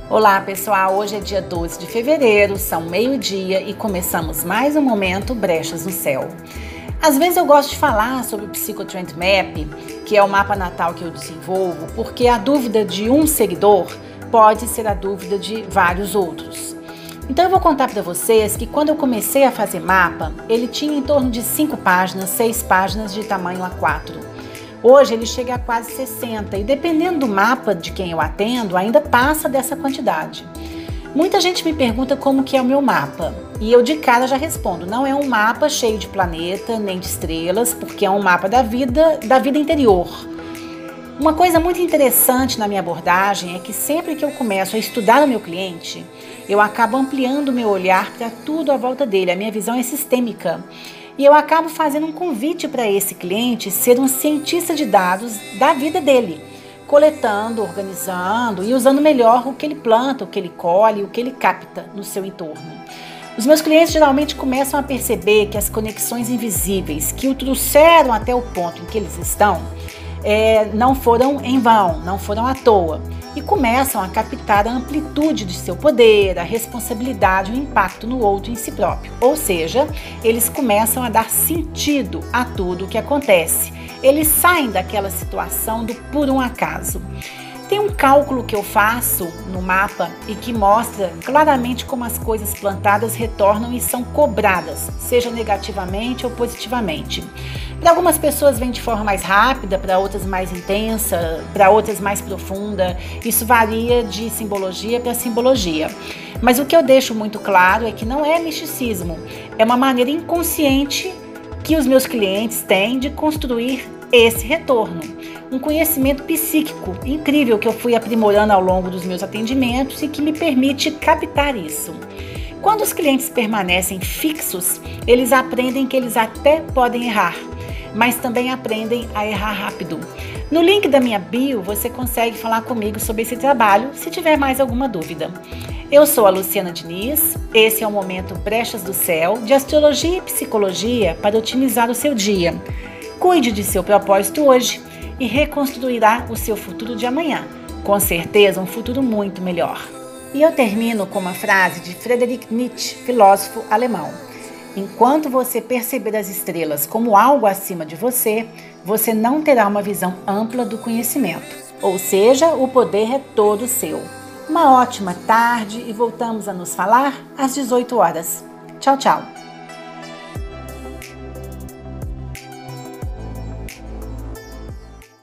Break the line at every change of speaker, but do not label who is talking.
Olá pessoal, hoje é dia 12 de fevereiro, são meio-dia e começamos mais um momento Brechas no Céu. Às vezes eu gosto de falar sobre o Psychotrend Map, que é o mapa natal que eu desenvolvo, porque a dúvida de um seguidor pode ser a dúvida de vários outros. Então eu vou contar para vocês que quando eu comecei a fazer mapa, ele tinha em torno de 5 páginas, 6 páginas de tamanho A4. Hoje ele chega a quase 60 e dependendo do mapa de quem eu atendo, ainda passa dessa quantidade. Muita gente me pergunta como que é o meu mapa e eu de cara já respondo, não é um mapa cheio de planeta nem de estrelas, porque é um mapa da vida interior. Uma coisa muito interessante na minha abordagem é que sempre que eu começo a estudar o meu cliente, eu acabo ampliando o meu olhar para tudo à volta dele, a minha visão é sistêmica. E eu acabo fazendo um convite para esse cliente ser um cientista de dados da vida dele, coletando, organizando e usando melhor o que ele planta, o que ele colhe, o que ele capta no seu entorno. Os meus clientes geralmente começam a perceber que as conexões invisíveis que o trouxeram até o ponto em que eles estão não foram em vão, não foram à toa, e começam a captar a amplitude de seu poder, a responsabilidade, o impacto no outro e em si próprio. Ou seja, eles começam a dar sentido a tudo o que acontece. Eles saem daquela situação do por um acaso. Tem um cálculo que eu faço no mapa e que mostra claramente como as coisas plantadas retornam e são cobradas, seja negativamente ou positivamente. Para algumas pessoas vem de forma mais rápida, para outras mais intensa, para outras mais profunda. Isso varia de simbologia para simbologia. Mas o que eu deixo muito claro é que não é misticismo, é uma maneira inconsciente que os meus clientes têm de construir esse retorno. Um conhecimento psíquico incrível que eu fui aprimorando ao longo dos meus atendimentos e que me permite captar isso. Quando os clientes permanecem fixos, eles aprendem que eles até podem errar, mas também aprendem a errar rápido. No link da minha bio, você consegue falar comigo sobre esse trabalho, se tiver mais alguma dúvida. Eu sou a Luciana Diniz, esse é o Momento Brechas do Céu, de Astrologia e Psicologia para otimizar o seu dia. Cuide de seu propósito hoje e reconstruirá o seu futuro de amanhã. Com certeza, um futuro muito melhor. E eu termino com uma frase de Friedrich Nietzsche, filósofo alemão. Enquanto você perceber as estrelas como algo acima de você, você não terá uma visão ampla do conhecimento. Ou seja, o poder é todo seu. Uma ótima tarde e voltamos a nos falar às 18 horas. Tchau, tchau!